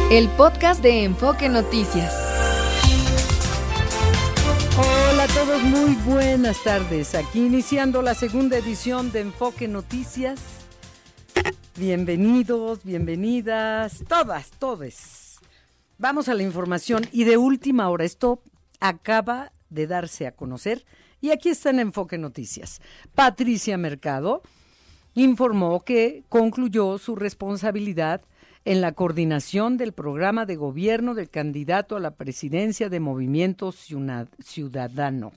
El podcast de Enfoque Noticias. Hola a todos, muy buenas tardes. Aquí iniciando la segunda edición de Enfoque Noticias. Bienvenidos, bienvenidas, todes. Vamos a la información y de última hora. Esto acaba de darse a conocer y aquí está en Enfoque Noticias. Patricia Mercado informó que concluyó su responsabilidad en la coordinación del programa de gobierno del candidato a la presidencia de Movimiento Ciudadano.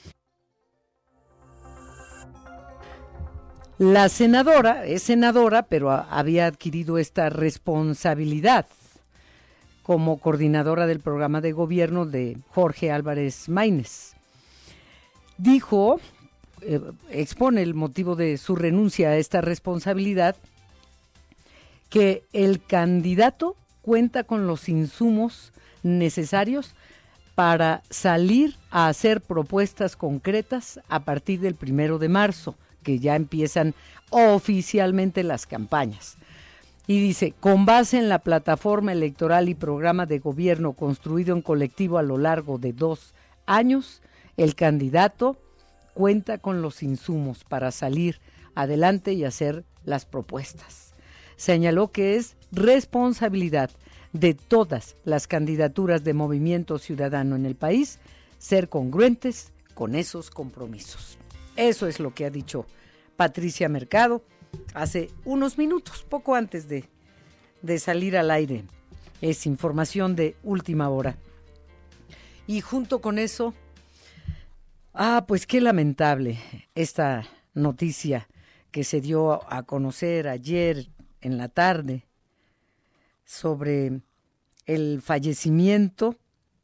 La senadora, es senadora, pero había adquirido esta responsabilidad como coordinadora del programa de gobierno de Jorge Álvarez Maínez. Dijo, expone el motivo de su renuncia a esta responsabilidad, que el candidato cuenta con los insumos necesarios para salir a hacer propuestas concretas a partir del 1 de marzo, que ya empiezan oficialmente las campañas. Y dice, con base en la plataforma electoral y programa de gobierno construido en colectivo a lo largo de 2 años, el candidato cuenta con los insumos para salir adelante y hacer las propuestas. Señaló que es responsabilidad de todas las candidaturas de Movimiento Ciudadano en el país ser congruentes con esos compromisos. Eso es lo que ha dicho Patricia Mercado hace unos minutos, poco antes de salir al aire. Es información de última hora. Y junto con eso, pues qué lamentable esta noticia que se dio a conocer ayer en la tarde sobre el fallecimiento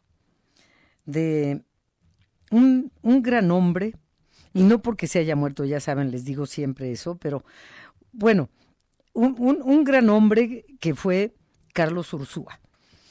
de un gran hombre, y no porque se haya muerto, ya saben, les digo siempre eso, pero bueno, un gran hombre que fue Carlos Ursúa,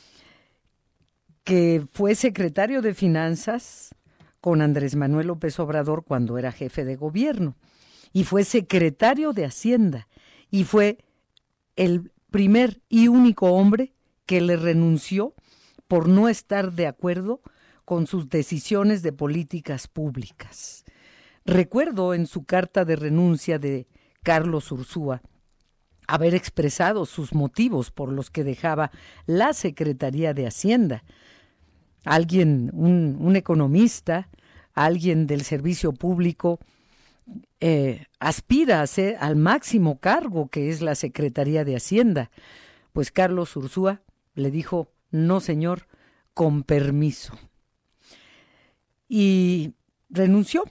que fue secretario de Finanzas con Andrés Manuel López Obrador cuando era jefe de gobierno, y fue secretario de Hacienda, y fue el primer y único hombre que le renunció por no estar de acuerdo con sus decisiones de políticas públicas. Recuerdo en su carta de renuncia de Carlos Ursúa haber expresado sus motivos por los que dejaba la Secretaría de Hacienda. Alguien, un economista, alguien del servicio público, aspira a ser al máximo cargo que es la Secretaría de Hacienda. Pues Carlos Ursúa le dijo, no señor, con permiso. Y renunció.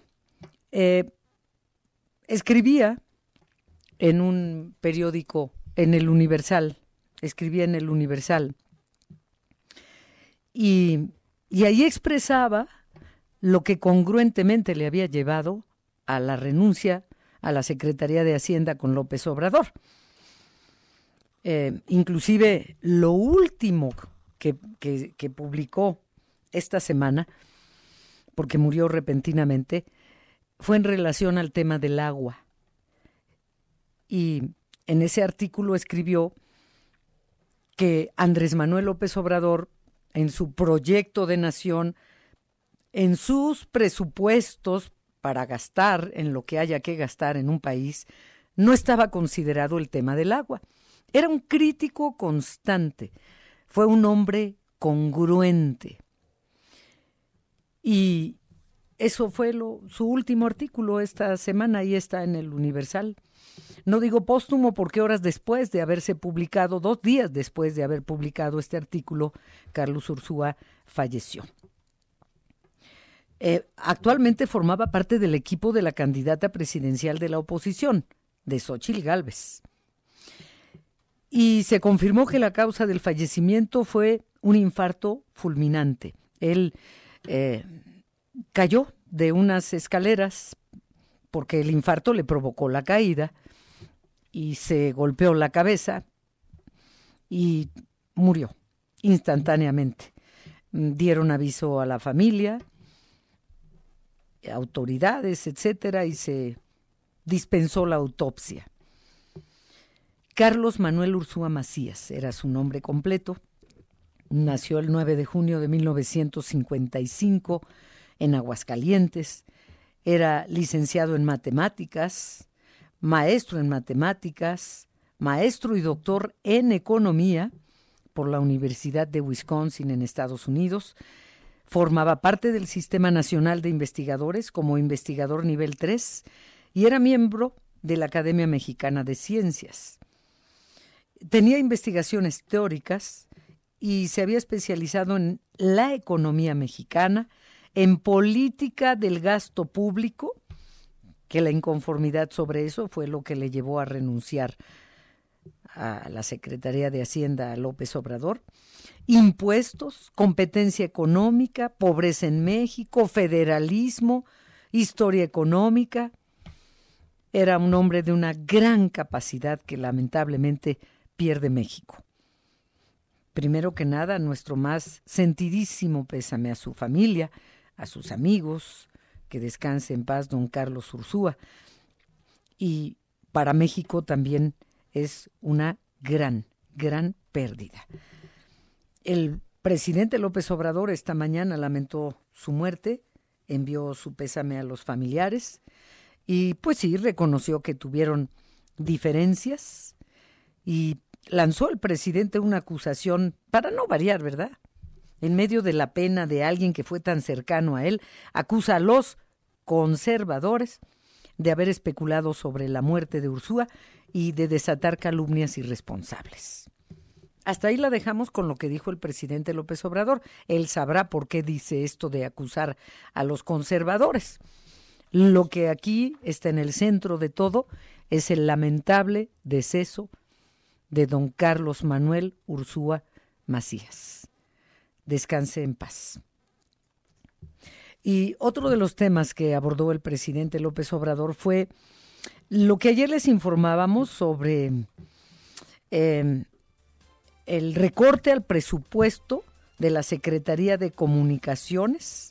Escribía en un periódico, en el Universal, y ahí expresaba lo que congruentemente le había llevado a la renuncia a la Secretaría de Hacienda con López Obrador. Inclusive lo último que publicó esta semana, porque murió repentinamente, fue en relación al tema del agua. Y en ese artículo escribió que Andrés Manuel López Obrador, en su proyecto de nación, en sus presupuestos para gastar en lo que haya que gastar en un país, no estaba considerado el tema del agua. Era un crítico constante, fue un hombre congruente. Y eso fue su último artículo esta semana y está en el Universal. No digo póstumo porque horas después de haberse publicado, 2 días después de haber publicado este artículo, Carlos Ursúa falleció. Actualmente formaba parte del equipo de la candidata presidencial de la oposición, de Xóchitl Gálvez. Y se confirmó que la causa del fallecimiento fue un infarto fulminante. Él cayó de unas escaleras porque el infarto le provocó la caída y se golpeó la cabeza y murió instantáneamente. Dieron aviso a la familia, autoridades, etcétera, y se dispensó la autopsia. Carlos Manuel Ursúa Macías era su nombre completo. Nació el 9 de junio de 1955 en Aguascalientes. Era licenciado en matemáticas, maestro en matemáticas, maestro y doctor en economía por la Universidad de Wisconsin en Estados Unidos. Formaba parte del Sistema Nacional de Investigadores como investigador nivel 3 y era miembro de la Academia Mexicana de Ciencias. Tenía investigaciones teóricas y se había especializado en la economía mexicana, en política del gasto público, que la inconformidad sobre eso fue lo que le llevó a renunciar a la Secretaría de Hacienda a López Obrador, impuestos, competencia económica, pobreza en México, federalismo, historia económica. Era un hombre de una gran capacidad que lamentablemente pierde México. Primero que nada, nuestro más sentidísimo pésame a su familia, a sus amigos, que descanse en paz don Carlos Ursúa. Y para México también es una gran pérdida. El presidente López Obrador esta mañana lamentó su muerte, envió su pésame a los familiares y pues sí, reconoció que tuvieron diferencias y lanzó el presidente una acusación, para no variar, ¿verdad? En medio de la pena de alguien que fue tan cercano a él, acusa a los conservadores de haber especulado sobre la muerte de Ursúa y de desatar calumnias irresponsables. Hasta ahí la dejamos con lo que dijo el presidente López Obrador. Él sabrá por qué dice esto de acusar a los conservadores. Lo que aquí está en el centro de todo es el lamentable deceso de don Carlos Manuel Ursúa Macías. Descanse en paz. Y otro de los temas que abordó el presidente López Obrador fue lo que ayer les informábamos sobre el recorte al presupuesto de la Secretaría de Comunicaciones,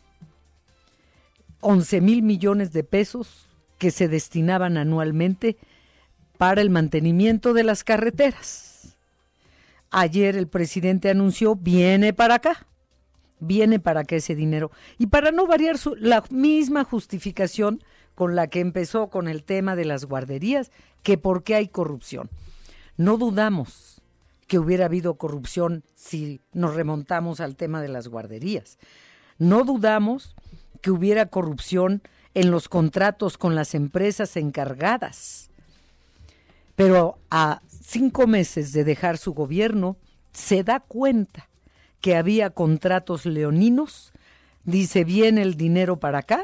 11,000 millones de pesos que se destinaban anualmente para el mantenimiento de las carreteras. Ayer el presidente anunció, viene para acá ese dinero. Y para no variar la misma justificación con la que empezó con el tema de las guarderías, que por qué hay corrupción. No dudamos que hubiera habido corrupción si nos remontamos al tema de las guarderías. No dudamos que hubiera corrupción en los contratos con las empresas encargadas. Pero a 5 meses de dejar su gobierno, se da cuenta que había contratos leoninos, dice, viene el dinero para acá.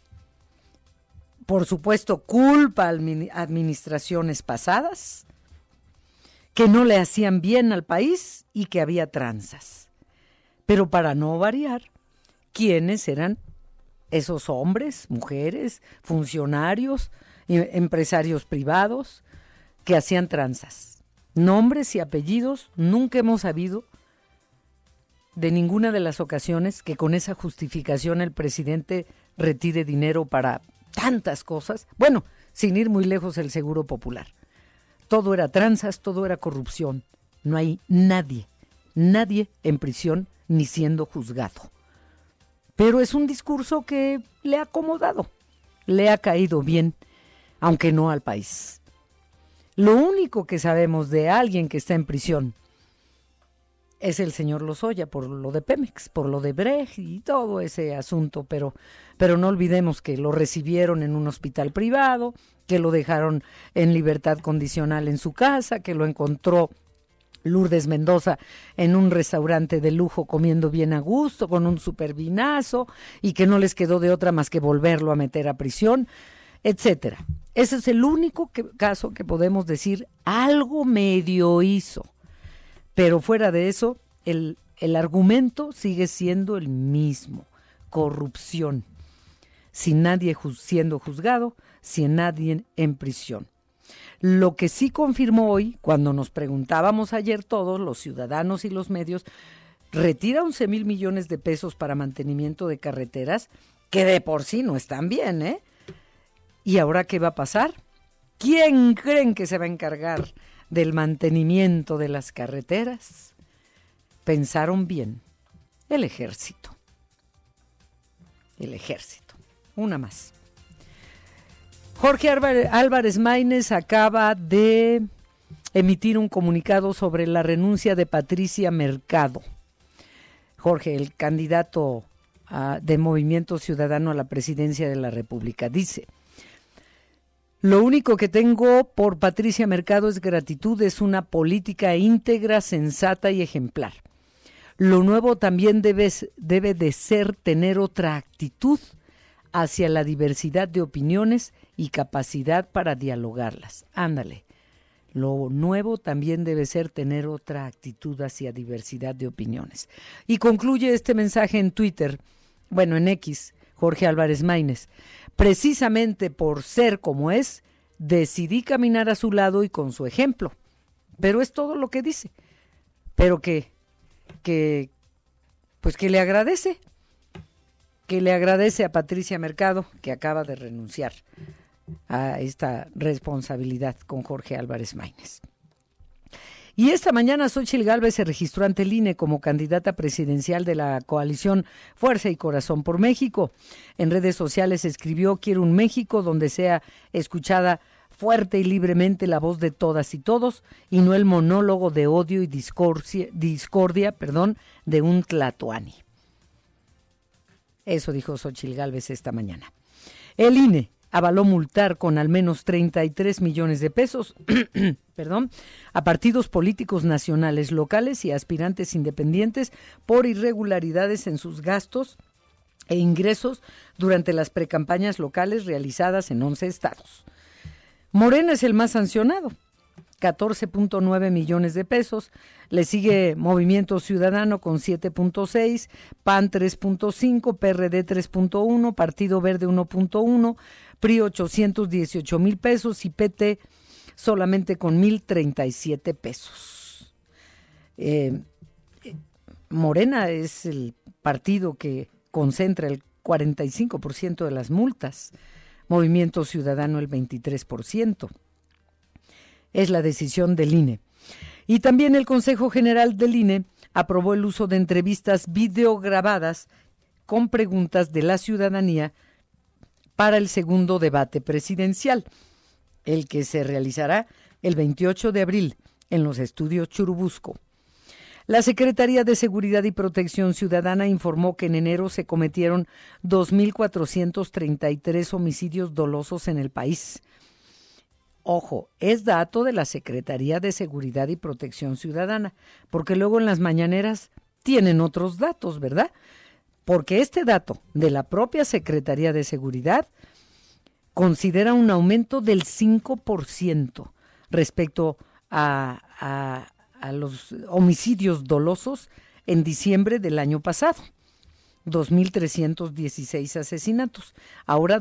Por supuesto, culpa a administraciones pasadas, que no le hacían bien al país y que había tranzas. Pero para no variar, ¿quiénes eran esos hombres, mujeres, funcionarios, empresarios privados que hacían tranzas? Nombres y apellidos nunca hemos sabido de ninguna de las ocasiones que con esa justificación el presidente retire dinero para tantas cosas. Bueno, sin ir muy lejos, el Seguro Popular. Todo era tranzas, todo era corrupción. No hay nadie en prisión ni siendo juzgado. Pero es un discurso que le ha acomodado, le ha caído bien, aunque no al país. Lo único que sabemos de alguien que está en prisión es el señor Lozoya, por lo de Pemex, por lo de Brecht y todo ese asunto, pero no olvidemos que lo recibieron en un hospital privado, que lo dejaron en libertad condicional en su casa, que lo encontró Lourdes Mendoza en un restaurante de lujo comiendo bien a gusto, con un supervinazo, y que no les quedó de otra más que volverlo a meter a prisión, etcétera. Ese es el único caso que podemos decir algo medio hizo. Pero fuera de eso, el argumento sigue siendo el mismo, corrupción, sin nadie siendo juzgado, sin nadie en prisión. Lo que sí confirmó hoy, cuando nos preguntábamos ayer todos, los ciudadanos y los medios, retira 11,000 millones de pesos para mantenimiento de carreteras, que de por sí no están bien, ¿eh? ¿Y ahora qué va a pasar? ¿Quién creen que se va a encargar del mantenimiento de las carreteras? pensaron bien. El ejército. Una más. Jorge Álvarez Maínez acaba de emitir un comunicado sobre la renuncia de Patricia Mercado. Jorge, el candidato de Movimiento Ciudadano a la presidencia de la República, dice: lo único que tengo por Patricia Mercado es gratitud, es una política íntegra, sensata y ejemplar. Lo nuevo también debe de ser tener otra actitud hacia la diversidad de opiniones y capacidad para dialogarlas. Ándale. Lo nuevo también debe ser tener otra actitud hacia diversidad de opiniones. Y concluye este mensaje en Twitter, en X, Jorge Álvarez Maínez: precisamente por ser como es, decidí caminar a su lado y con su ejemplo. Pero es todo lo que dice. Pero que le agradece. Que le agradece a Patricia Mercado, que acaba de renunciar a esta responsabilidad con Jorge Álvarez Maínez. Y esta mañana Xóchitl Gálvez se registró ante el INE como candidata presidencial de la coalición Fuerza y Corazón por México. En redes sociales escribió: quiero un México donde sea escuchada fuerte y libremente la voz de todas y todos, y no el monólogo de odio y discordia de un tlatoani. Eso dijo Xóchitl Gálvez esta mañana. El INE avaló multar con al menos 33 millones de pesos a partidos políticos nacionales, locales y aspirantes independientes por irregularidades en sus gastos e ingresos durante las precampañas locales realizadas en 11 estados. Morena es el más sancionado, 14.9 millones de pesos. Le sigue Movimiento Ciudadano con 7.6, PAN 3.5, PRD 3.1, Partido Verde 1.1, PRI 818 mil pesos y PT solamente con 1,037 pesos. Morena es el partido que concentra el 45% de las multas, Movimiento Ciudadano el 23%. Es la decisión del INE. Y también el Consejo General del INE aprobó el uso de entrevistas videograbadas con preguntas de la ciudadanía para el segundo debate presidencial, el que se realizará el 28 de abril en los estudios Churubusco. La Secretaría de Seguridad y Protección Ciudadana informó que en enero se cometieron 2,433 homicidios dolosos en el país. Ojo, es dato de la Secretaría de Seguridad y Protección Ciudadana, porque luego en las mañaneras tienen otros datos, ¿verdad? Porque este dato de la propia Secretaría de Seguridad considera un aumento del 5% respecto a los homicidios dolosos en diciembre del año pasado. 2,316 asesinatos, ahora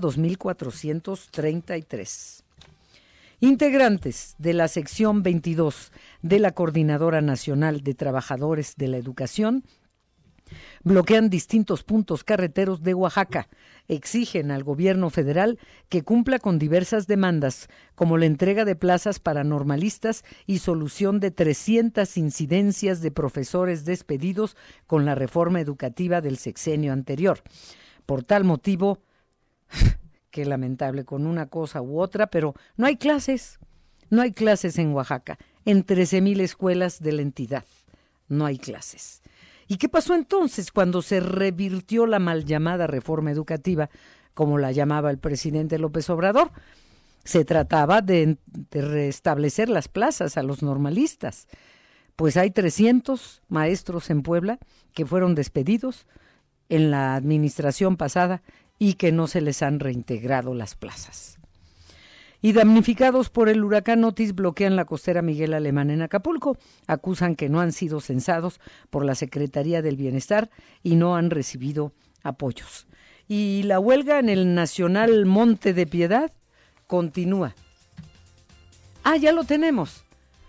2,433. Integrantes de la sección 22 de la Coordinadora Nacional de Trabajadores de la Educación bloquean distintos puntos carreteros de Oaxaca. Exigen al gobierno federal que cumpla con diversas demandas, como la entrega de plazas para normalistas y solución de 300 incidencias de profesores despedidos con la reforma educativa del sexenio anterior. Por tal motivo, qué lamentable con una cosa u otra, pero no hay clases en Oaxaca, en 13,000 escuelas de la entidad, no hay clases. ¿Y qué pasó entonces cuando se revirtió la mal llamada reforma educativa, como la llamaba el presidente López Obrador? Se trataba de restablecer las plazas a los normalistas. Pues hay 300 maestros en Puebla que fueron despedidos en la administración pasada y que no se les han reintegrado las plazas. Y damnificados por el huracán Otis bloquean la costera Miguel Alemán en Acapulco. Acusan que no han sido censados por la Secretaría del Bienestar y no han recibido apoyos. Y la huelga en el Nacional Monte de Piedad continúa. Ya lo tenemos.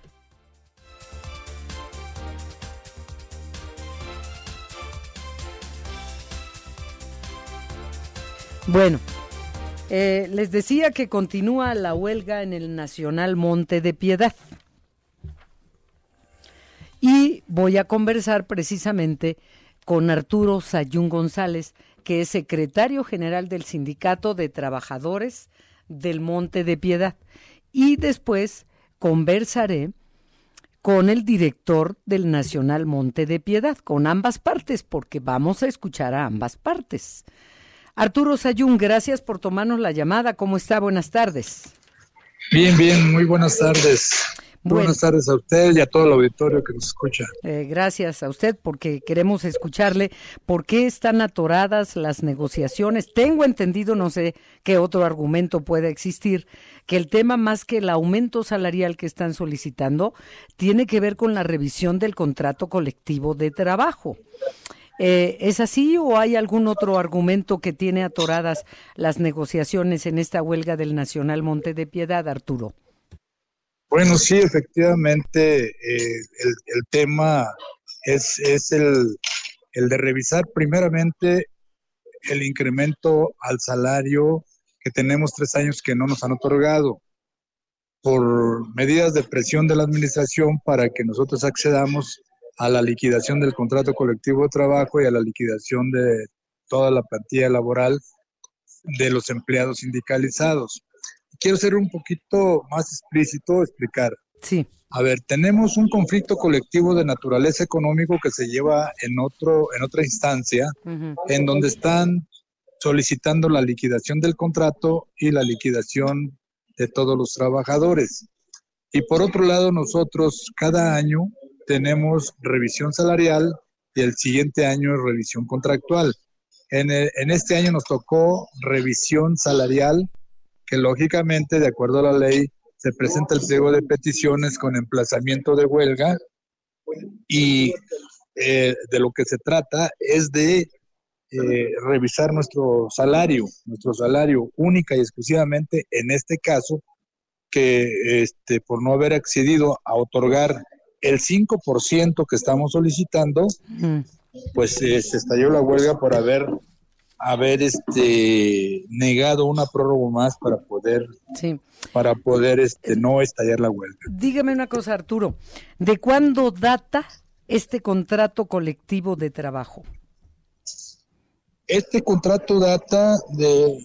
Bueno, les decía que continúa la huelga en el Nacional Monte de Piedad. Y voy a conversar precisamente con Arturo Sayún González, que es secretario general del Sindicato de Trabajadores del Monte de Piedad. Y después conversaré con el director del Nacional Monte de Piedad, con ambas partes, porque vamos a escuchar a ambas partes. Arturo Sayún, gracias por tomarnos la llamada. ¿Cómo está? Buenas tardes. Bien, muy buenas tardes. Bueno, buenas tardes a usted y a todo el auditorio que nos escucha. Gracias a usted, porque queremos escucharle. ¿Por qué están atoradas las negociaciones? Tengo entendido, no sé qué otro argumento pueda existir, que el tema, más que el aumento salarial que están solicitando, tiene que ver con la revisión del contrato colectivo de trabajo. ¿Es así o hay algún otro argumento que tiene atoradas las negociaciones en esta huelga del Nacional Monte de Piedad, Arturo? Bueno, sí, efectivamente, el tema es el de revisar primeramente el incremento al salario que tenemos 3 años que no nos han otorgado, por medidas de presión de la administración para que nosotros accedamos a la liquidación del contrato colectivo de trabajo y a la liquidación de toda la plantilla laboral de los empleados sindicalizados. Quiero ser un poquito más explícito, explicar. Sí. A ver, tenemos un conflicto colectivo de naturaleza económico que se lleva en otra instancia, en donde están solicitando la liquidación del contrato y la liquidación de todos los trabajadores. Y por otro lado, nosotros cada año tenemos revisión salarial y el siguiente año es revisión contractual. En este año nos tocó revisión salarial, que lógicamente, de acuerdo a la ley, se presenta el pliego de peticiones con emplazamiento de huelga y de lo que se trata es de revisar nuestro salario única y exclusivamente en este caso, que por no haber accedido a otorgar el 5% que estamos solicitando, pues se estalló la huelga por haber negado una prórroga más para poder no estallar la huelga. Dígame una cosa, Arturo, ¿de cuándo data este contrato colectivo de trabajo? Este contrato data de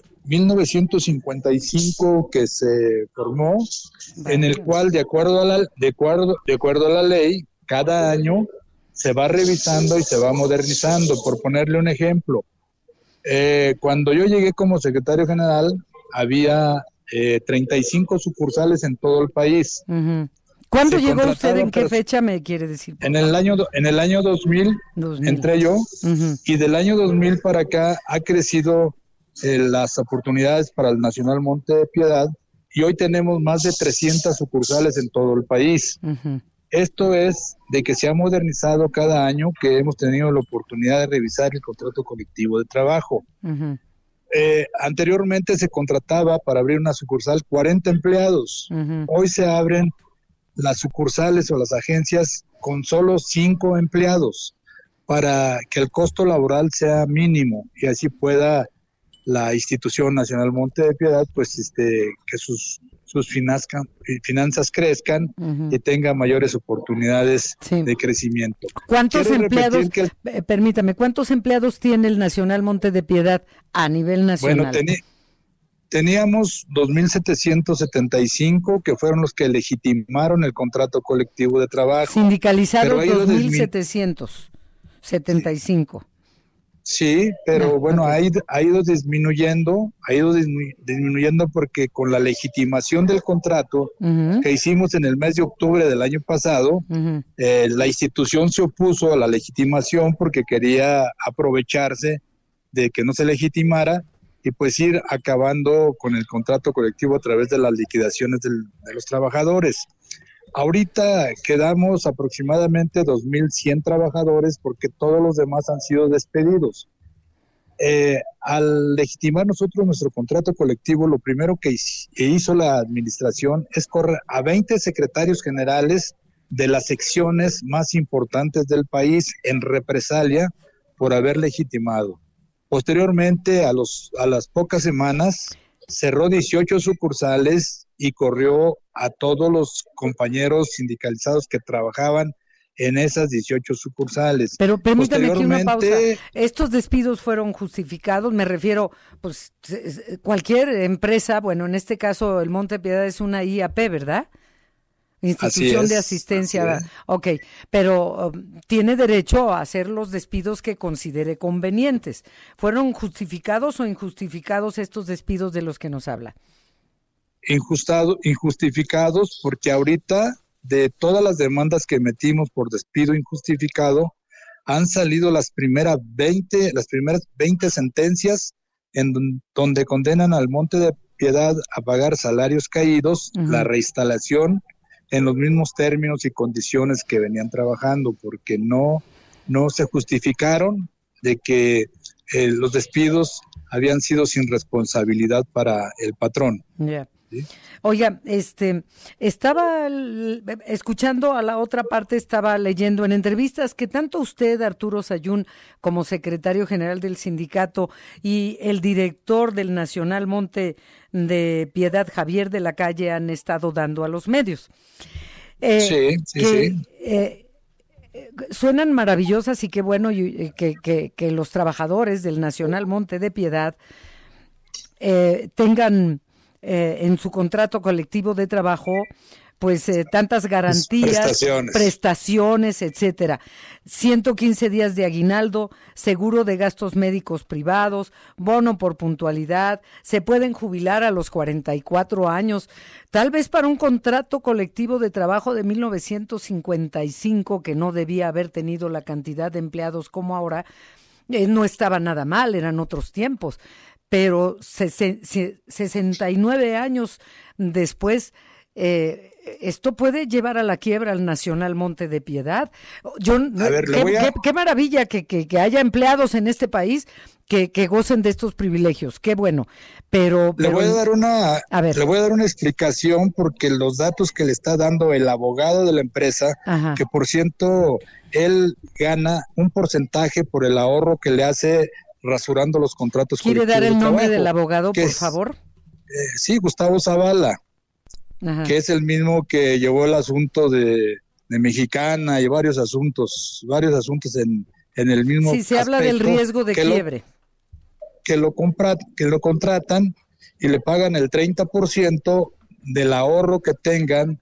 1955 que se formó, en el cual de acuerdo a la ley, cada año se va revisando y se va modernizando. Por ponerle un ejemplo, cuando yo llegué como secretario general, había 35 sucursales en todo el país. ¿Cuándo llegó usted? ¿En qué fecha me quiere decir? En el año 2000 entré yo, y del año 2000 para acá ha crecido las oportunidades para el Nacional Monte de Piedad, y hoy tenemos más de 300 sucursales en todo el país. Esto es de que se ha modernizado cada año que hemos tenido la oportunidad de revisar el contrato colectivo de trabajo. Anteriormente se contrataba para abrir una sucursal 40 empleados. Hoy se abren las sucursales o las agencias con solo 5 empleados para que el costo laboral sea mínimo y así pueda la Institución Nacional Monte de Piedad, pues que sus finanzas crezcan y tenga mayores oportunidades de crecimiento. ¿Cuántos empleados, permítame, cuántos empleados tiene el Nacional Monte de Piedad a nivel nacional? Bueno, teníamos 2.775 que fueron los que legitimaron el contrato colectivo de trabajo. Sindicalizados 2.775. Sí, pero bueno, ha ido disminuyendo porque con la legitimación del contrato que hicimos en el mes de octubre del año pasado, la institución se opuso a la legitimación porque quería aprovecharse de que no se legitimara y pues ir acabando con el contrato colectivo a través de las liquidaciones de los trabajadores. Ahorita quedamos aproximadamente 2.100 trabajadores porque todos los demás han sido despedidos. Al legitimar nosotros nuestro contrato colectivo, lo primero que hizo la administración es correr a 20 secretarios generales de las secciones más importantes del país en represalia por haber legitimado. Posteriormente, a las pocas semanas, cerró 18 sucursales y corrió a todos los compañeros sindicalizados que trabajaban en esas 18 sucursales. Pero permítame aquí una pausa. ¿Estos despidos fueron justificados? Me refiero, pues, cualquier empresa, bueno, en este caso el Monte Piedad es una IAP, ¿verdad? Institución de Asistencia. Ok, pero tiene derecho a hacer los despidos que considere convenientes. ¿Fueron justificados o injustificados estos despidos de los que nos habla? Injustificados, porque ahorita de todas las demandas que metimos por despido injustificado, han salido las primeras 20 sentencias en donde condenan al Monte de Piedad a pagar salarios caídos, la reinstalación en los mismos términos y condiciones que venían trabajando, porque no se justificaron de que los despidos habían sido sin responsabilidad para el patrón. Yeah. ¿Sí? Oiga, estaba escuchando a la otra parte, estaba leyendo en entrevistas que tanto usted, Arturo Sayún, como secretario general del sindicato, y el director del Nacional Monte de Piedad, Javier de la Calle, han estado dando a los medios. Sí. Suenan maravillosas y qué bueno que los trabajadores del Nacional Monte de Piedad tengan en su contrato colectivo de trabajo pues tantas garantías, prestaciones, etcétera. 115 días de aguinaldo, seguro de gastos médicos privados, bono por puntualidad, se pueden jubilar a los 44 años. Tal vez para un contrato colectivo de trabajo de 1955, que no debía haber tenido la cantidad de empleados como ahora, no estaba nada mal, eran otros tiempos. Pero 69 años después, ¿esto puede llevar a la quiebra al Nacional Monte de Piedad? Qué maravilla que haya empleados en este país que gocen de estos privilegios, qué bueno. Pero le voy a dar una explicación, porque los datos que le está dando el abogado de la empresa, que por ciento él gana un porcentaje por el ahorro que le hace rasurando los contratos colectivos. ¿Quiere dar el nombre del abogado, por favor? Sí, Gustavo Zavala, que es el mismo que llevó el asunto de Mexicana y varios asuntos en el mismo Sí, se habla del riesgo de quiebre. Que lo contratan y le pagan el 30% del ahorro que tengan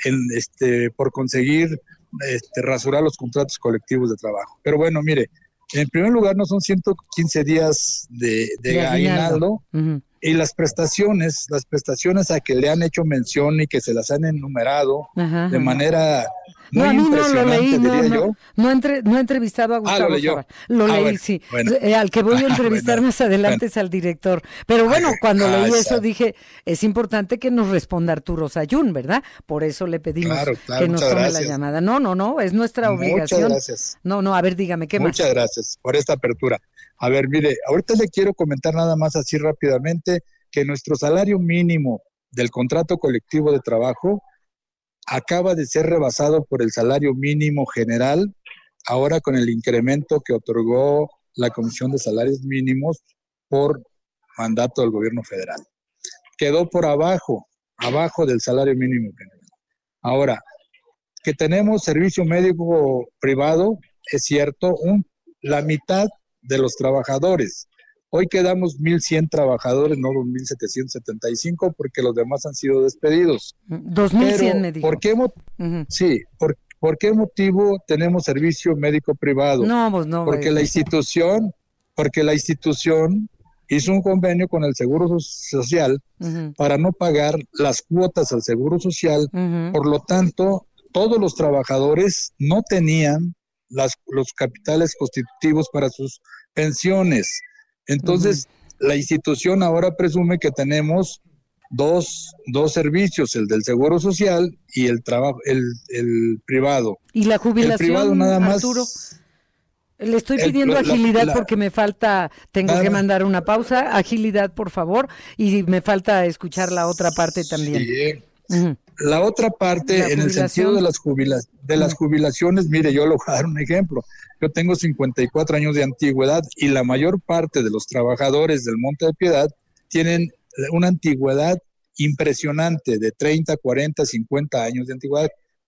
por conseguir rasurar los contratos colectivos de trabajo. Pero bueno, mire, en primer lugar, no son 115 días de aguinaldo, y las prestaciones a que le han hecho mención y que se las han enumerado de manera muy impresionante, no he entrevistado a Gustavo Zavala. Lo leí, sí. Bueno. Al que voy a entrevistar más adelante es al director. Pero bueno, cuando leí eso dije, es importante que nos responda Arturo Sayún, ¿verdad? Por eso le pedimos que nos tome la llamada. No, es nuestra obligación. Muchas gracias. No, a ver, dígame, ¿qué más? Muchas gracias por esta apertura. A ver, mire, ahorita le quiero comentar nada más así rápidamente que nuestro salario mínimo del contrato colectivo de trabajo acaba de ser rebasado por el salario mínimo general, ahora con el incremento que otorgó la Comisión de Salarios Mínimos por mandato del gobierno federal. Quedó por abajo del salario mínimo general. Ahora, que tenemos servicio médico privado, es cierto, la mitad de los trabajadores. Hoy quedamos 1,100 trabajadores, no 2,775, porque los demás han sido despedidos. 2,100 me dijo. Sí, ¿por qué motivo tenemos servicio médico privado? Porque la institución hizo un convenio con el Seguro Social para no pagar las cuotas al Seguro Social. Por lo tanto, todos los trabajadores no tenían los capitales constitutivos para sus pensiones. Entonces, la institución ahora presume que tenemos dos servicios, el del Seguro Social y el privado. ¿Y la jubilación, el privado nada más, Arturo? Le estoy pidiendo agilidad porque me falta, tengo que mandar una pausa, agilidad por favor, y me falta escuchar la otra parte también. Sí. La otra parte, en el sentido de las jubilaciones, mire, yo le voy a dar un ejemplo. Yo tengo 54 años de antigüedad y la mayor parte de los trabajadores del Monte de Piedad tienen una antigüedad impresionante de 30, 40, 50 años de antigüedad.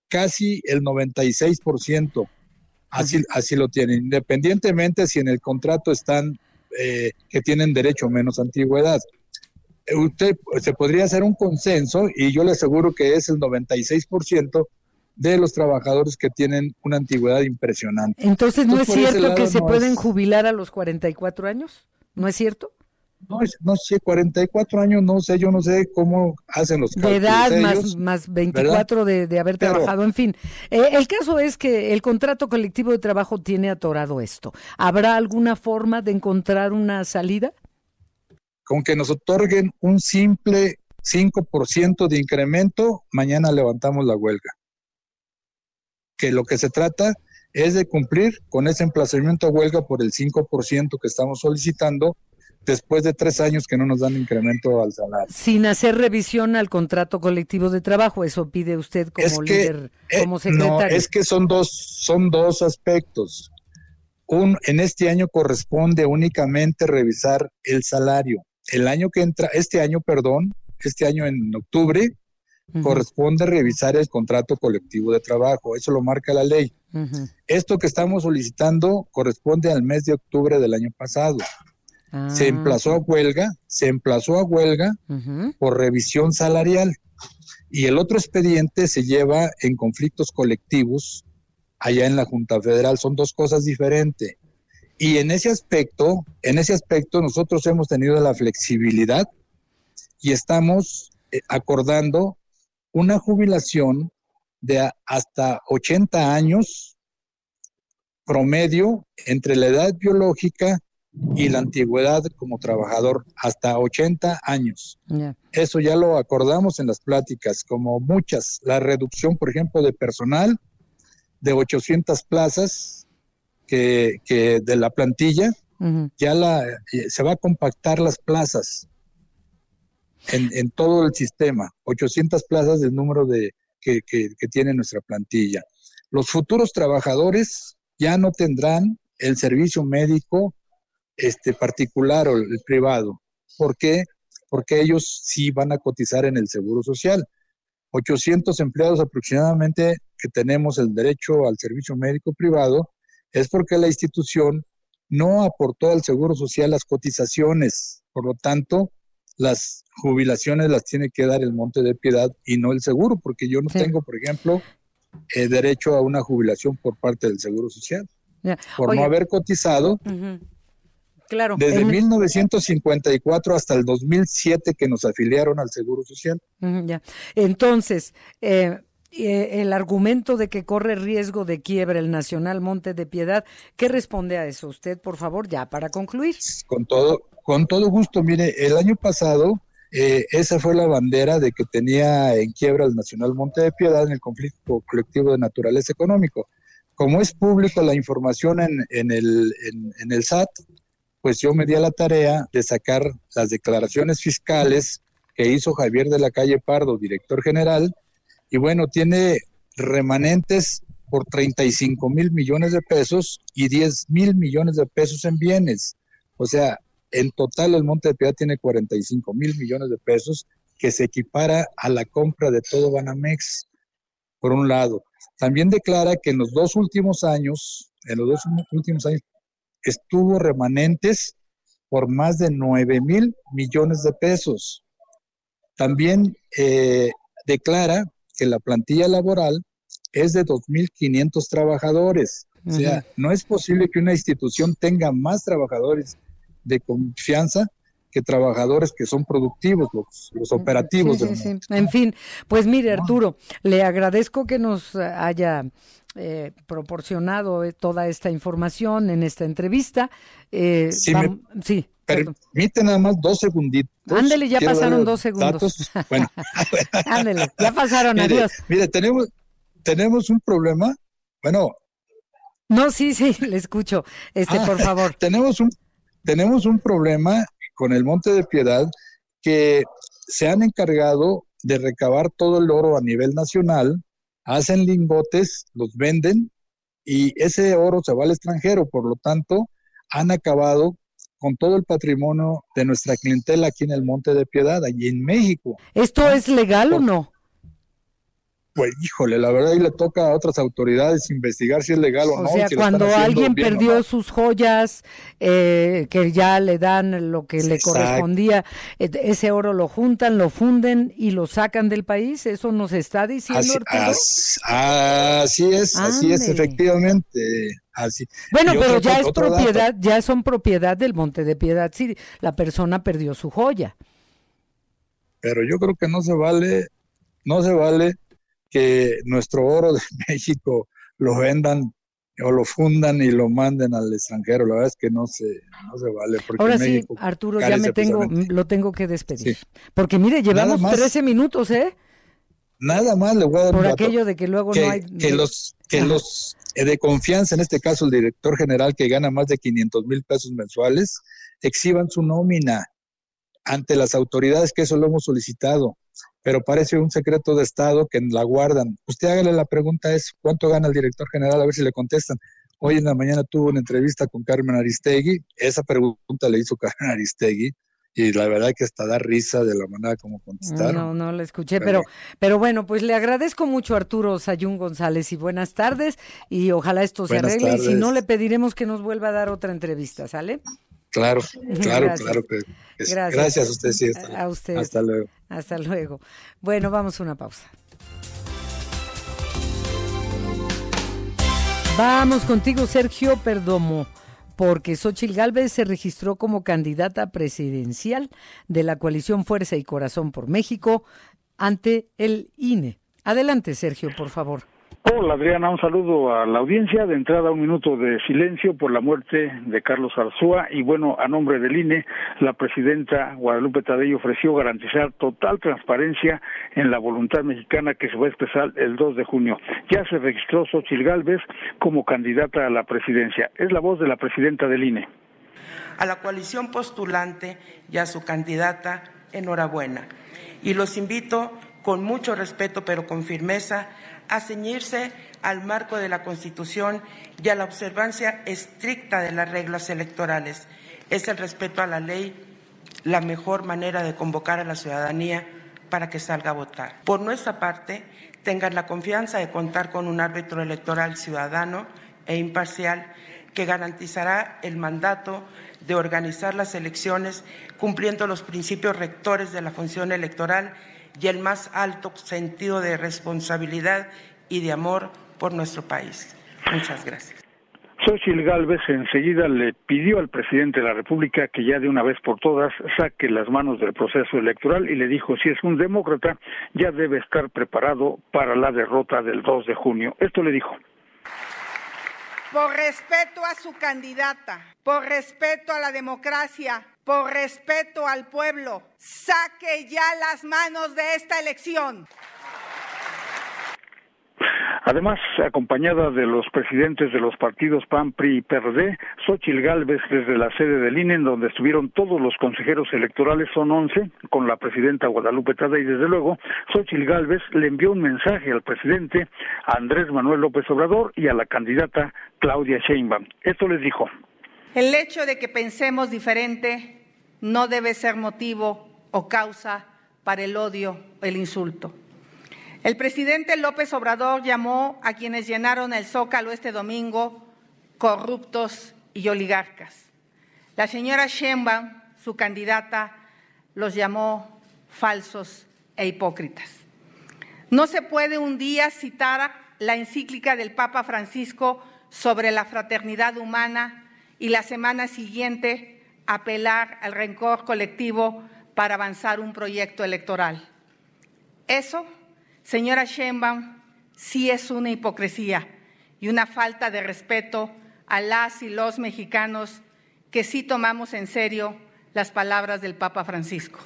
casi el 96%. Así lo tienen, independientemente si en el contrato están que tienen derecho a menos antigüedad. Se podría hacer un consenso y yo le aseguro que es el 96% de los trabajadores que tienen una antigüedad impresionante. Entonces, ¿no es cierto que se pueden jubilar a los 44 años? ¿No es cierto? No sé, 44 años, no sé, yo no sé cómo hacen los cálculos. De edad más 24 de haber trabajado, en fin. El caso es que el contrato colectivo de trabajo tiene atorado esto. ¿Habrá alguna forma de encontrar una salida? Con que nos otorguen un simple 5% de incremento, mañana levantamos la huelga. Que lo que se trata es de cumplir con ese emplazamiento a huelga por el 5% que estamos solicitando, después de 3 años que no nos dan incremento al salario. Sin hacer revisión al contrato colectivo de trabajo, eso pide usted como líder, como secretario. No, es que son dos aspectos. En este año corresponde únicamente revisar el salario. El año que entra, este año en octubre, corresponde revisar el contrato colectivo de trabajo. Eso lo marca la ley. Esto que estamos solicitando corresponde al mes de octubre del año pasado. Se emplazó a huelga por revisión salarial, y el otro expediente se lleva en conflictos colectivos allá en la Junta Federal. Son dos cosas diferentes, y en ese aspecto nosotros hemos tenido la flexibilidad y estamos acordando una jubilación de hasta 80 años promedio entre la edad biológica y la antigüedad como trabajador, hasta 80 años. Eso ya lo acordamos en las pláticas, como muchas. La reducción, por ejemplo, de personal de 800 plazas que de la plantilla, se va a compactar las plazas en todo el sistema. 800 plazas del número que tiene nuestra plantilla. Los futuros trabajadores ya no tendrán el servicio médico particular o el privado. ¿Por qué? Porque ellos sí van a cotizar en el Seguro Social. 800 empleados aproximadamente que tenemos el derecho al servicio médico privado es porque la institución no aportó al Seguro Social las cotizaciones. Por lo tanto, las jubilaciones las tiene que dar el Monte de Piedad y no el seguro, porque yo no tengo, por ejemplo, derecho a una jubilación por parte del Seguro Social. Por no haber cotizado. Claro. Desde 1954 hasta el 2007 que nos afiliaron al Seguro Social. Entonces, el argumento de que corre riesgo de quiebra el Nacional Monte de Piedad, ¿qué responde a eso usted, por favor, ya para concluir? Con todo gusto. Mire, el año pasado esa fue la bandera de que tenía en quiebra el Nacional Monte de Piedad en el conflicto colectivo de naturaleza económico. Como es público la información en el SAT, pues yo me di a la tarea de sacar las declaraciones fiscales que hizo Javier de la Calle Pardo, director general, y bueno, tiene remanentes por 35,000 millones de pesos y 10,000 millones de pesos en bienes. O sea, en total el Monte de Piedad tiene 45,000 millones de pesos, que se equipara a la compra de todo Banamex, por un lado. También declara que en los dos últimos años estuvo remanentes por más de 9,000 millones de pesos. También declara que la plantilla laboral es de 2,500 trabajadores. O sea, no es posible que una institución tenga más trabajadores de confianza que trabajadores que son productivos, los operativos. Sí. En fin, pues mire, Arturo, le agradezco que nos haya proporcionado toda esta información en esta entrevista. Permite nada más 2 segunditos. Ándele, ya pasaron 2 segundos. Bueno. Ándele, ya pasaron, adiós. Mire, tenemos un problema. Bueno. No, sí, le escucho. Por favor. Tenemos un problema con el Monte de Piedad, que se han encargado de recabar todo el oro a nivel nacional, hacen lingotes, los venden y ese oro se va al extranjero. Por lo tanto, han acabado con todo el patrimonio de nuestra clientela aquí en el Monte de Piedad, allí en México. ¿Esto es legal o no? pues híjole, la verdad ahí le toca a otras autoridades investigar si es legal o no. O sea, si cuando alguien perdió sus joyas, que ya le dan lo que le correspondía, ese oro lo juntan, lo funden y lo sacan del país, ¿eso nos está diciendo Arturo? Así es, efectivamente. Así. Bueno, pero ya es propiedad, ya son propiedad del Monte de Piedad, si la persona perdió su joya. Pero yo creo que no se vale que nuestro oro de México lo vendan o lo fundan y lo manden al extranjero. La verdad es que no se vale. Porque ahora México, sí, Arturo, ya lo tengo que despedir. Sí. Porque mire, llevamos 13 minutos, Nada más le voy a dar por un dato, aquello de que luego no hay... los de confianza, en este caso el director general que gana más de 500,000 pesos mensuales, exhiban su nómina ante las autoridades, que eso lo hemos solicitado, pero parece un secreto de Estado que la guardan. Usted hágale la pregunta, ¿cuánto gana el director general? A ver si le contestan. Hoy en la mañana tuvo una entrevista con Carmen Aristegui, esa pregunta le hizo Carmen Aristegui, y la verdad que hasta da risa de la manera como contestaron. No la escuché, pero bueno, pues le agradezco mucho a Arturo Sayún González y buenas tardes, y ojalá esto se arregle, y si no le pediremos que nos vuelva a dar otra entrevista, ¿sale? Claro que gracias a usted, sí. A usted. Hasta luego. Hasta luego. Bueno, vamos a una pausa. Vamos contigo, Sergio Perdomo, porque Xóchitl Gálvez se registró como candidata presidencial de la coalición Fuerza y Corazón por México ante el INE. Adelante, Sergio, por favor. Hola, Adriana, un saludo a la audiencia. De entrada, un minuto de silencio por la muerte de Carlos Arzúa. Y bueno, a nombre del INE, la presidenta Guadalupe Tadei ofreció garantizar total transparencia en la voluntad mexicana que se va a expresar el 2 de junio. Ya se registró Xóchitl Gálvez como candidata a la presidencia. Es la voz de la presidenta del INE. A la coalición postulante y a su candidata, enhorabuena. Y los invito con mucho respeto, pero con firmeza, a ceñirse al marco de la Constitución y a la observancia estricta de las reglas electorales. Es el respeto a la ley la mejor manera de convocar a la ciudadanía para que salga a votar. Por nuestra parte, tengan la confianza de contar con un árbitro electoral ciudadano e imparcial que garantizará el mandato de organizar las elecciones cumpliendo los principios rectores de la función electoral y el más alto sentido de responsabilidad y de amor por nuestro país. Muchas gracias. Xóchitl Gálvez enseguida le pidió al presidente de la República que ya de una vez por todas saque las manos del proceso electoral y le dijo, si es un demócrata, ya debe estar preparado para la derrota del 2 de junio. Esto le dijo. Por respeto a su candidata, por respeto a la democracia, por respeto al pueblo, saque ya las manos de esta elección. Además, acompañada de los presidentes de los partidos PAN, PRI y PRD, Xóchitl Gálvez desde la sede del INE, en donde estuvieron todos los consejeros electorales, son 11, con la presidenta Guadalupe Tadei, y desde luego, Xóchitl Gálvez le envió un mensaje al presidente Andrés Manuel López Obrador y a la candidata Claudia Sheinbaum. Esto les dijo. El hecho de que pensemos diferente no debe ser motivo o causa para el odio, el insulto. El presidente López Obrador llamó a quienes llenaron el Zócalo este domingo corruptos y oligarcas. La señora Sheinbaum, su candidata, los llamó falsos e hipócritas. No se puede un día citar la encíclica del Papa Francisco sobre la fraternidad humana y la semana siguiente apelar al rencor colectivo para avanzar un proyecto electoral. Eso, señora Sheinbaum, sí es una hipocresía y una falta de respeto a las y los mexicanos que sí tomamos en serio las palabras del Papa Francisco.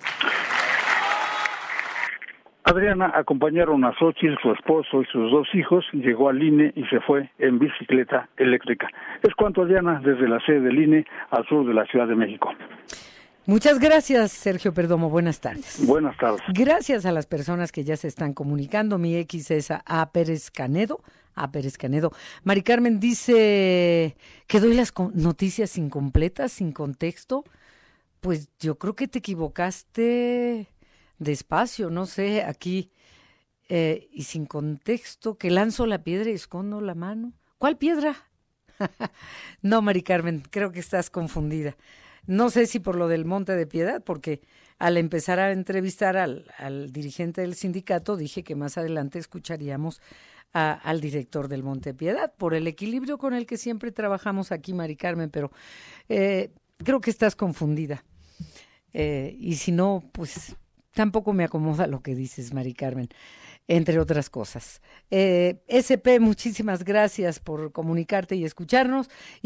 Adriana, acompañaron a Xóchitl, su esposo y sus 2 hijos, llegó al INE y se fue en bicicleta eléctrica. Es cuanto, Adriana, desde la sede del INE al sur de la Ciudad de México. Muchas gracias, Sergio Perdomo. Buenas tardes. Buenas tardes. Gracias a las personas que ya se están comunicando. Mi X es a Pérez Canedo. Mari Carmen dice que doy las noticias incompletas, sin contexto. Pues yo creo que te equivocaste de espacio, no sé, aquí y sin contexto, que lanzo la piedra y escondo la mano. ¿Cuál piedra? No, Mari Carmen, creo que estás confundida. No sé si por lo del Monte de Piedad, porque al empezar a entrevistar al dirigente del sindicato dije que más adelante escucharíamos al director del Monte de Piedad, por el equilibrio con el que siempre trabajamos aquí, Mari Carmen, pero creo que estás confundida. Y si no, pues tampoco me acomoda lo que dices, Mari Carmen, entre otras cosas. SP, muchísimas gracias por comunicarte y escucharnos,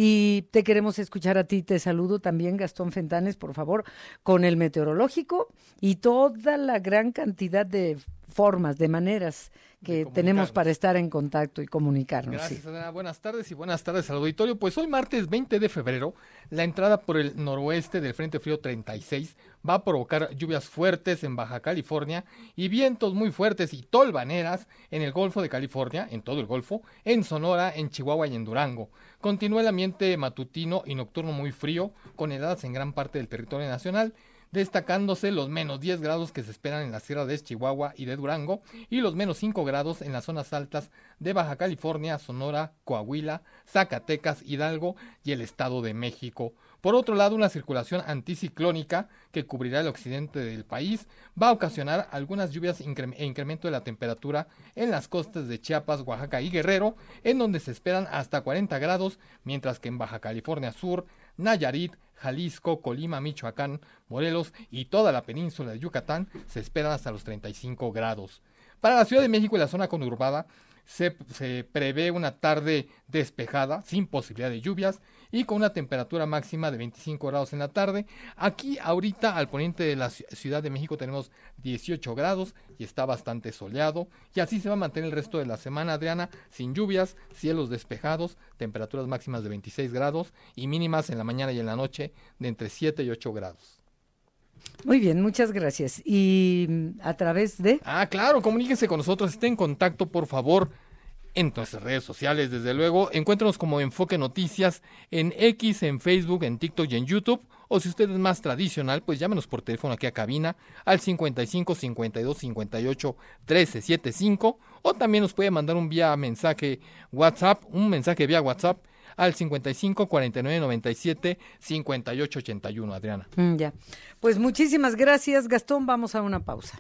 y te queremos escuchar a ti. Te saludo también, Gastón Fentanes, por favor, con el meteorológico y toda la gran cantidad de formas, de maneras que tenemos para estar en contacto y comunicarnos. Gracias, sí. Adriana. Buenas tardes al auditorio. Pues hoy martes 20 de febrero, la entrada por el noroeste del Frente Frío 36 va a provocar lluvias fuertes en Baja California y vientos muy fuertes y tolvaneras en el Golfo de California, en todo el Golfo, en Sonora, en Chihuahua y en Durango. Continúa el ambiente matutino y nocturno muy frío, con heladas en gran parte del territorio nacional, destacándose los menos 10 grados que se esperan en la Sierra de Chihuahua y de Durango y los menos 5 grados en las zonas altas de Baja California, Sonora, Coahuila, Zacatecas, Hidalgo y el Estado de México. Por otro lado, una circulación anticiclónica que cubrirá el occidente del país va a ocasionar algunas lluvias e incremento de la temperatura en las costas de Chiapas, Oaxaca y Guerrero, en donde se esperan hasta 40 grados, mientras que en Baja California Sur, Nayarit, Jalisco, Colima, Michoacán, Morelos y toda la península de Yucatán se esperan hasta los 35 grados. Para la Ciudad de México y la zona conurbada se prevé una tarde despejada, sin posibilidad de lluvias y con una temperatura máxima de 25 grados en la tarde. Aquí ahorita al poniente de la Ciudad de México tenemos 18 grados y está bastante soleado, y así se va a mantener el resto de la semana, Adriana, sin lluvias, cielos despejados, temperaturas máximas de 26 grados y mínimas en la mañana y en la noche de entre 7 y 8 grados. Muy bien, muchas gracias. Y a través de... Claro, comuníquense con nosotros, estén en contacto, por favor, en nuestras redes sociales, desde luego. Encuéntrenos como Enfoque Noticias en X, en Facebook, en TikTok y en YouTube. O si usted es más tradicional, pues llámenos por teléfono aquí a cabina al 55 52 58 13 75. O también nos puede mandar un mensaje vía WhatsApp al 55 49 97 58 81, Adriana. Ya. Pues muchísimas gracias, Gastón. Vamos a una pausa.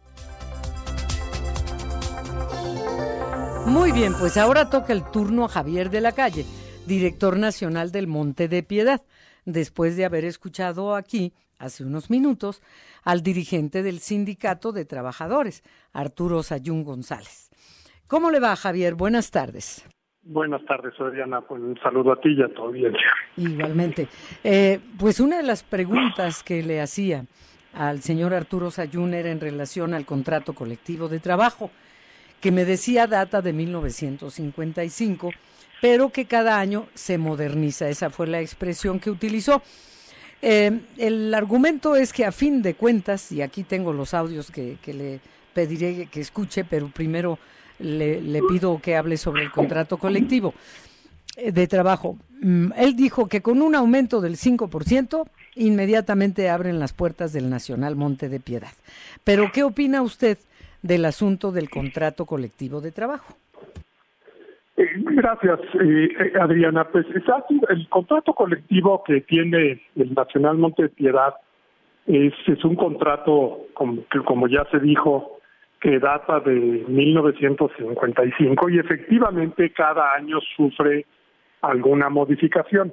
Muy bien, pues ahora toca el turno a Javier de la Calle, director nacional del Monte de Piedad, después de haber escuchado aquí, hace unos minutos, al dirigente del Sindicato de Trabajadores, Arturo Sayún González. ¿Cómo le va, Javier? Buenas tardes. Buenas tardes, Adriana. Pues un saludo a ti y a tu audiencia. Igualmente. Pues una de las preguntas que le hacía al señor Arturo Sayún era en relación al contrato colectivo de trabajo, que me decía data de 1955, pero que cada año se moderniza. Esa fue la expresión que utilizó. El argumento es que a fin de cuentas, y aquí tengo los audios que le pediré que escuche, pero primero le pido que hable sobre el contrato colectivo de trabajo. Él dijo que con un aumento del 5%, inmediatamente abren las puertas del Nacional Monte de Piedad. Pero, ¿qué opina usted del asunto del contrato colectivo de trabajo? Gracias, Adriana. Pues el contrato colectivo que tiene el Nacional Monte de Piedad es un contrato, como ya se dijo, que data de 1955 y efectivamente cada año sufre alguna modificación.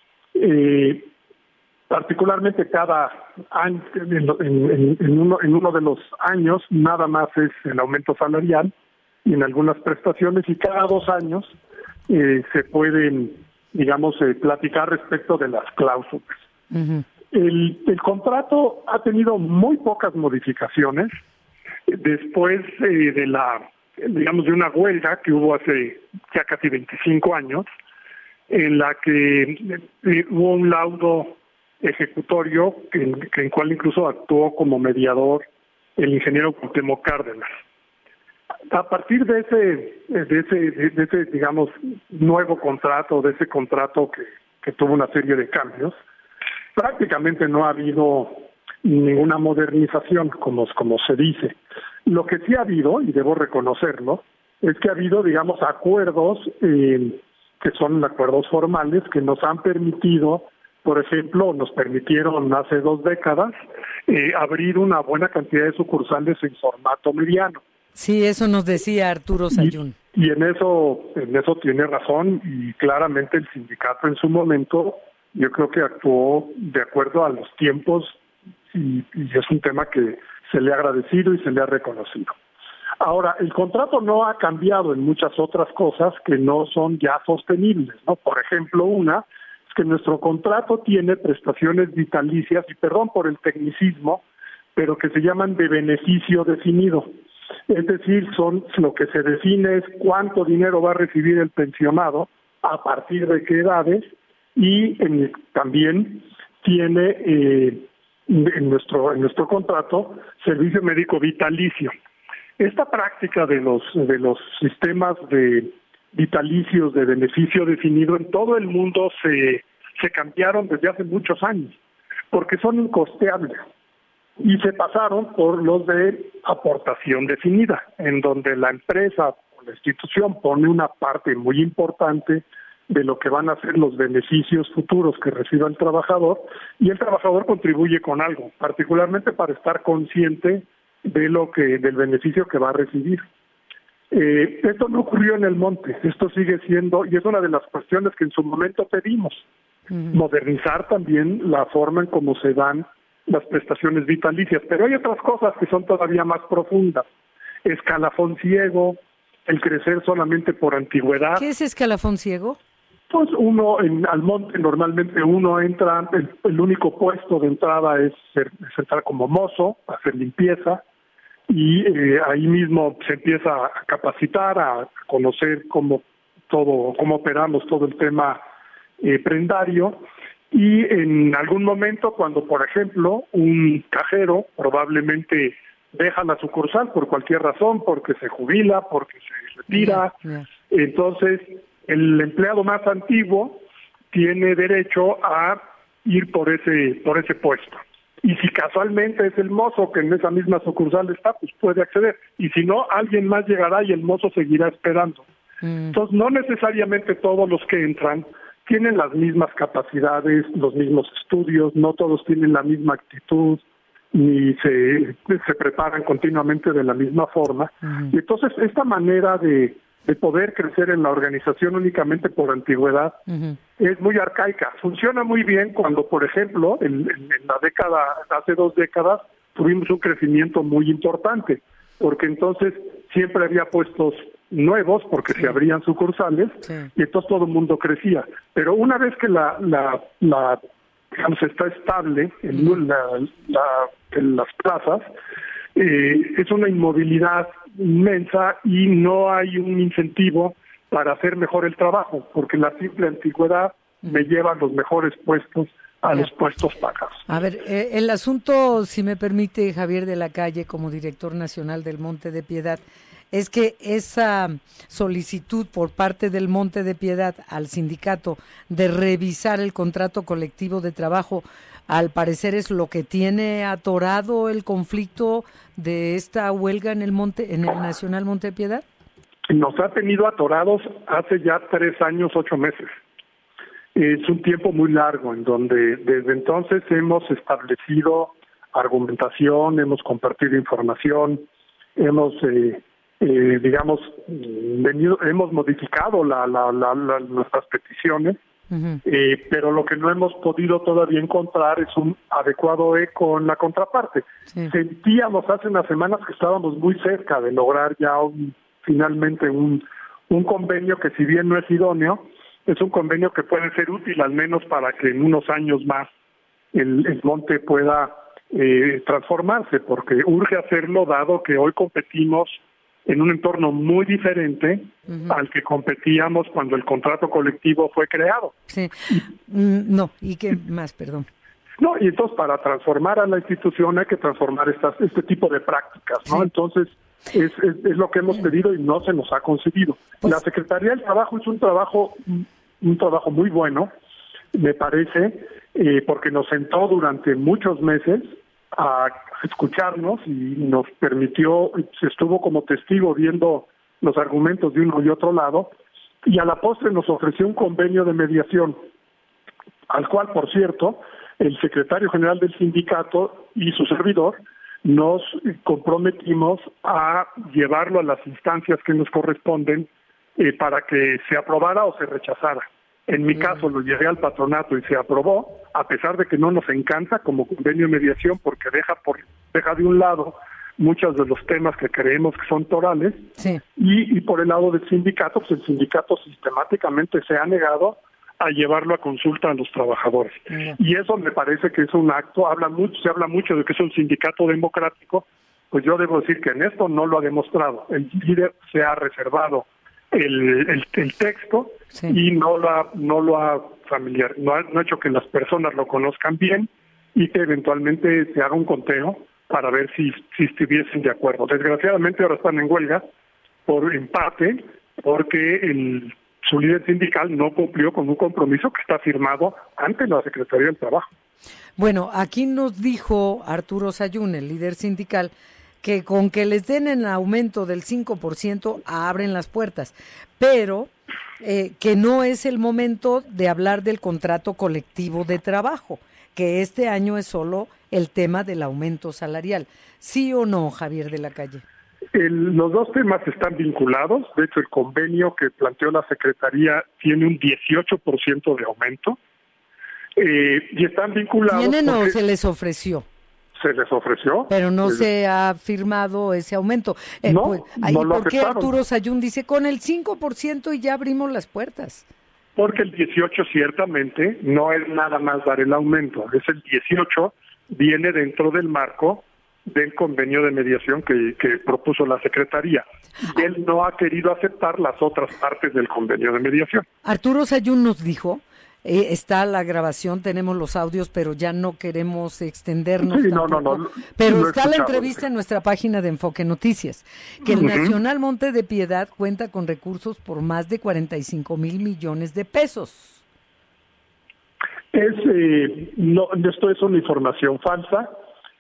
Particularmente cada año, en uno de los años, nada más es el aumento salarial y en algunas prestaciones, y cada 2 años se pueden, platicar respecto de las cláusulas. Uh-huh. El contrato ha tenido muy pocas modificaciones después de una huelga que hubo hace ya casi 25 años, en la que hubo un laudo ejecutorio en el cual incluso actuó como mediador el ingeniero Cuauhtémoc Cárdenas. A partir de ese nuevo contrato, de ese contrato que tuvo una serie de cambios, prácticamente no ha habido ninguna modernización, como se dice. Lo que sí ha habido, y debo reconocerlo, es que ha habido, digamos, acuerdos que son acuerdos formales que nos han permitido, por ejemplo, nos permitieron hace 2 décadas abrir una buena cantidad de sucursales en formato mediano. Sí, eso nos decía Arturo Sayún. Y en eso tiene razón, y claramente el sindicato en su momento yo creo que actuó de acuerdo a los tiempos, y es un tema que se le ha agradecido y se le ha reconocido. Ahora, el contrato no ha cambiado en muchas otras cosas que no son ya sostenibles, ¿no? Por ejemplo, una es que nuestro contrato tiene prestaciones vitalicias, y perdón por el tecnicismo, pero que se llaman de beneficio definido. Es decir, lo que se define es cuánto dinero va a recibir el pensionado, a partir de qué edades, y también tiene en nuestro contrato servicio médico vitalicio. Esta práctica de los sistemas de vitalicios de beneficio definido en todo el mundo se cambiaron desde hace muchos años, porque son incosteables, y se pasaron por los de aportación definida, en donde la empresa o la institución pone una parte muy importante de lo que van a ser los beneficios futuros que reciba el trabajador, y el trabajador contribuye con algo, particularmente para estar consciente del beneficio que va a recibir. Esto no ocurrió en el monte, esto sigue siendo, y es una de las cuestiones que en su momento pedimos, modernizar también la forma en cómo se dan las prestaciones vitalicias, pero hay otras cosas que son todavía más profundas. Escalafón ciego, el crecer solamente por antigüedad. ¿Qué es escalafón ciego? Pues al monte normalmente uno entra, el único puesto de entrada es entrar como mozo, hacer limpieza, y ahí mismo se empieza a capacitar, a conocer cómo operamos todo el tema prendario, y en algún momento cuando, por ejemplo, un cajero probablemente deja la sucursal por cualquier razón, porque se jubila, porque se retira, entonces el empleado más antiguo tiene derecho a ir por ese puesto. Y si casualmente es el mozo que en esa misma sucursal está, pues puede acceder. Y si no, alguien más llegará y el mozo seguirá esperando. Entonces, no necesariamente todos los que entran tienen las mismas capacidades, los mismos estudios, no todos tienen la misma actitud, ni se preparan continuamente de la misma forma. Y entonces, esta manera de poder crecer en la organización únicamente por antigüedad es muy arcaica. Funciona muy bien cuando, por ejemplo, en hace 2 décadas, tuvimos un crecimiento muy importante, porque entonces siempre había puestos nuevos, porque se abrían sucursales, y entonces todo el mundo crecía. Pero una vez que digamos, está estable en las plazas, es una inmovilidad inmensa y no hay un incentivo para hacer mejor el trabajo, porque la simple antigüedad me lleva a los mejores puestos, a los puestos pagados. A ver, el asunto, si me permite, Javier de la Calle, como director nacional del Monte de Piedad, es que esa solicitud por parte del Monte de Piedad al sindicato de revisar el contrato colectivo de trabajo, al parecer es lo que tiene atorado el conflicto de esta huelga en el Nacional Monte de Piedad. Nos ha tenido atorados hace ya 3 años, 8 meses. Es un tiempo muy largo en donde desde entonces hemos establecido argumentación, hemos compartido información, hemos hemos modificado nuestras peticiones, pero lo que no hemos podido todavía encontrar es un adecuado eco en la contraparte. Sentíamos hace unas semanas que estábamos muy cerca de lograr ya finalmente un convenio que, si bien no es idóneo, es un convenio que puede ser útil al menos para que en unos años más el monte pueda transformarse, porque urge hacerlo dado que hoy competimos en un entorno muy diferente al que competíamos cuando el contrato colectivo fue creado. Sí. No, ¿y qué más? Perdón. No, y entonces para transformar a la institución hay que transformar este tipo de prácticas, ¿no? Sí. Entonces es lo que hemos pedido y no se nos ha concedido. Pues, la Secretaría del Trabajo es un trabajo muy bueno, me parece, porque nos sentó durante muchos meses a escucharnos y nos permitió, se estuvo como testigo viendo los argumentos de uno y otro lado, y a la postre nos ofreció un convenio de mediación, al cual, por cierto, el secretario general del sindicato y su servidor nos comprometimos a llevarlo a las instancias que nos corresponden para que se aprobara o se rechazara. En mi caso lo llevé al patronato y se aprobó, a pesar de que no nos encanta como convenio de mediación, porque deja de un lado muchos de los temas que creemos que son torales, sí. y por el lado del sindicato, pues el sindicato sistemáticamente se ha negado a llevarlo a consulta a los trabajadores. Y eso me parece que es un acto, se habla mucho de que es un sindicato democrático, pues yo debo decir que en esto no lo ha demostrado. El líder se ha reservado el texto, sí, y no lo ha hecho que las personas lo conozcan bien y que eventualmente se haga un conteo para ver si estuviesen de acuerdo. Desgraciadamente ahora están en huelga en parte porque su líder sindical no cumplió con un compromiso que está firmado ante la Secretaría del Trabajo. Bueno, aquí nos dijo Arturo Sayún, el líder sindical, que con que les den el aumento del 5% abren las puertas, pero que no es el momento de hablar del contrato colectivo de trabajo, que este año es solo el tema del aumento salarial. ¿Sí o no, Javier de la Calle? Los dos temas están vinculados. De hecho, el convenio que planteó la Secretaría tiene un 18% de aumento, y están vinculados. ¿Tienen o se les ofreció? Se les ofreció. Pero no se ha firmado ese aumento. No, pues, no lo ¿por qué aceptaron? Arturo Sayún dice con el 5% y ya abrimos las puertas? Porque el 18 ciertamente no es nada más dar el aumento. Es el 18 viene dentro del marco del convenio de mediación que propuso la Secretaría. Y él no ha querido aceptar las otras partes del convenio de mediación. Arturo Sayún nos dijo, está la grabación, tenemos los audios, pero ya no queremos extendernos. Sí, tampoco. no. Pero lo está la entrevista en nuestra página de Enfoque Noticias, que el Nacional Monte de Piedad cuenta con recursos por más de 45,000 millones de pesos. Esto es una información falsa.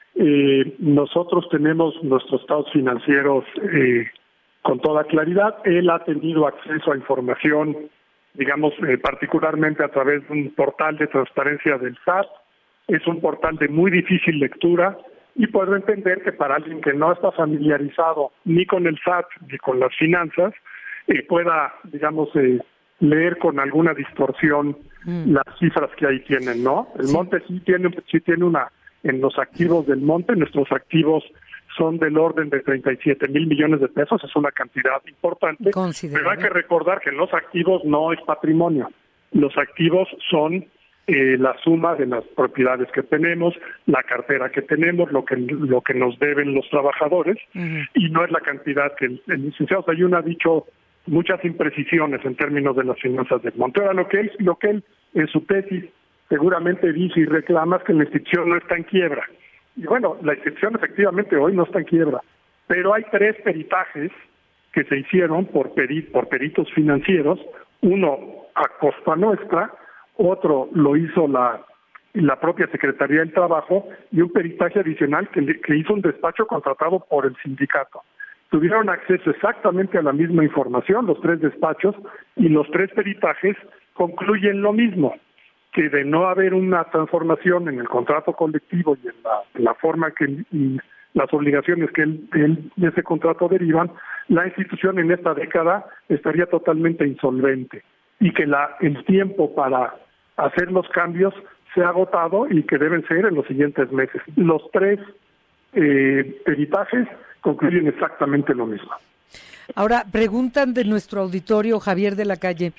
Nosotros tenemos nuestros estados financieros con toda claridad. Él ha tenido acceso a información, digamos, particularmente a través de un portal de transparencia del SAT. Es un portal de muy difícil lectura y puedo entender que para alguien que no está familiarizado ni con el SAT ni con las finanzas, pueda, digamos, leer con alguna distorsión las cifras que ahí tienen, ¿no? El Monte sí tiene en los activos del Monte, nuestros activos son del orden de 37,000 millones de pesos, es una cantidad importante, pero hay que recordar que los activos no es patrimonio, los activos son la suma de las propiedades que tenemos, la cartera que tenemos, lo que nos deben los trabajadores, y no es la cantidad que el licenciado Sayún ha dicho muchas imprecisiones en términos de las finanzas del Monte. Ahora, lo que él en su tesis seguramente dice y reclama es que la institución no está en quiebra. Y bueno, la institución efectivamente hoy no está en quiebra, pero hay 3 peritajes que se hicieron por peritos financieros, uno a costa nuestra, otro lo hizo la propia Secretaría del Trabajo y un peritaje adicional que hizo un despacho contratado por el sindicato. Tuvieron acceso exactamente a la misma información, los 3 despachos, y los 3 peritajes concluyen lo mismo, que de no haber una transformación en el contrato colectivo y en la forma y las obligaciones que de ese contrato derivan, la institución en esta década estaría totalmente insolvente y que el tiempo para hacer los cambios se ha agotado y que deben ser en los siguientes meses. Los 3 peritajes concluyen exactamente lo mismo. Ahora, preguntan de nuestro auditorio, Javier de la Calle,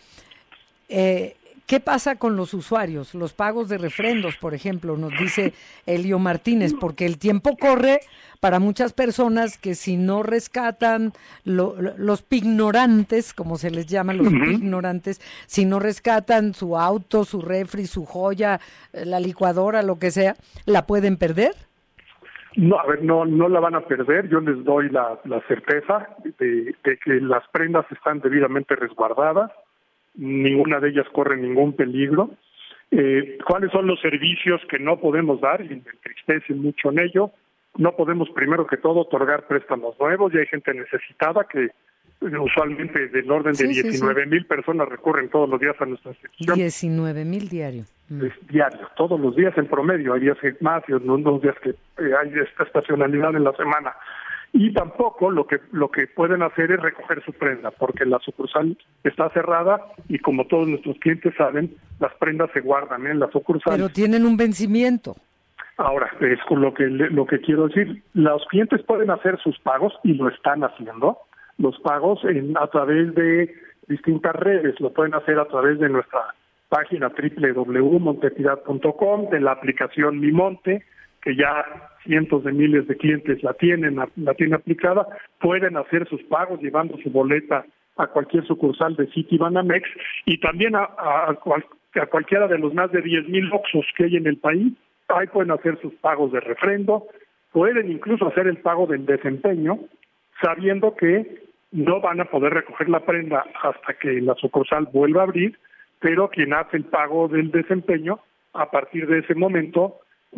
¿qué pasa con los usuarios? Los pagos de refrendos, por ejemplo, nos dice Elio Martínez, porque el tiempo corre para muchas personas que si no rescatan los pignorantes, como se les llama, los pignorantes, si no rescatan su auto, su refri, su joya, la licuadora, lo que sea, ¿la pueden perder? No, a ver, no la van a perder. Yo les doy la certeza de que las prendas están debidamente resguardadas. Ninguna de ellas corre ningún peligro. ¿Cuáles son los servicios que no podemos dar? Y me entristece mucho en ello. No podemos, primero que todo, otorgar préstamos nuevos. Ya hay gente necesitada que usualmente del orden de 19,000 personas recurren todos los días a nuestra institución. 19,000 diario. Es diario, todos los días en promedio. Hay días que más y unos días que hay esta estacionalidad en la semana. Y tampoco lo que pueden hacer es recoger su prenda, porque la sucursal está cerrada y como todos nuestros clientes saben, las prendas se guardan en la sucursal. Pero tienen un vencimiento. Ahora, es lo que quiero decir. Los clientes pueden hacer sus pagos y lo están haciendo. Los pagos a través de distintas redes, lo pueden hacer a través de nuestra página www.montepiedad.com, de la aplicación Mi Monte, que ya cientos de miles de clientes la tienen aplicada. Pueden hacer sus pagos llevando su boleta a cualquier sucursal de Citibanamex y también a cualquiera de los más de 10,000 Oxxos que hay en el país. Ahí pueden hacer sus pagos de refrendo, pueden incluso hacer el pago del desempeño, sabiendo que no van a poder recoger la prenda hasta que la sucursal vuelva a abrir, pero quien hace el pago del desempeño, a partir de ese momento,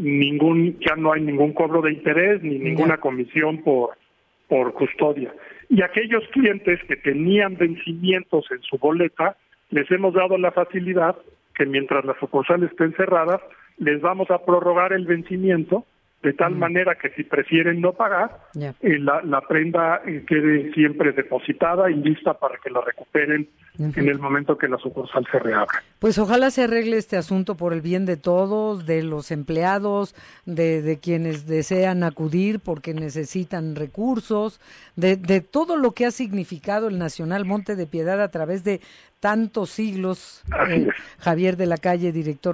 ya no hay ningún cobro de interés ni ninguna comisión por custodia. Y aquellos clientes que tenían vencimientos en su boleta, les hemos dado la facilidad que mientras las sucursales estén cerradas, les vamos a prorrogar el vencimiento de tal manera que si prefieren no pagar, la prenda quede siempre depositada y lista para que la recuperen en el momento que la sucursal se reabra. Pues ojalá se arregle este asunto por el bien de todos, de los empleados, de quienes desean acudir porque necesitan recursos, de todo lo que ha significado el Nacional Monte de Piedad a través de tantos siglos. Javier de la Calle, director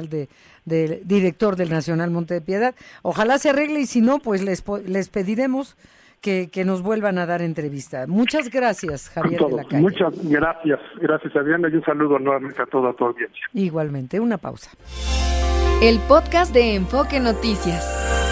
del Nacional Monte de Piedad. Ojalá se arregle y si no, pues les pediremos que nos vuelvan a dar entrevista. Muchas gracias, Javier de la Calle. Muchas gracias, Adriana, y un saludo nuevamente a toda tu audiencia. Igualmente, una pausa. El podcast de Enfoque Noticias.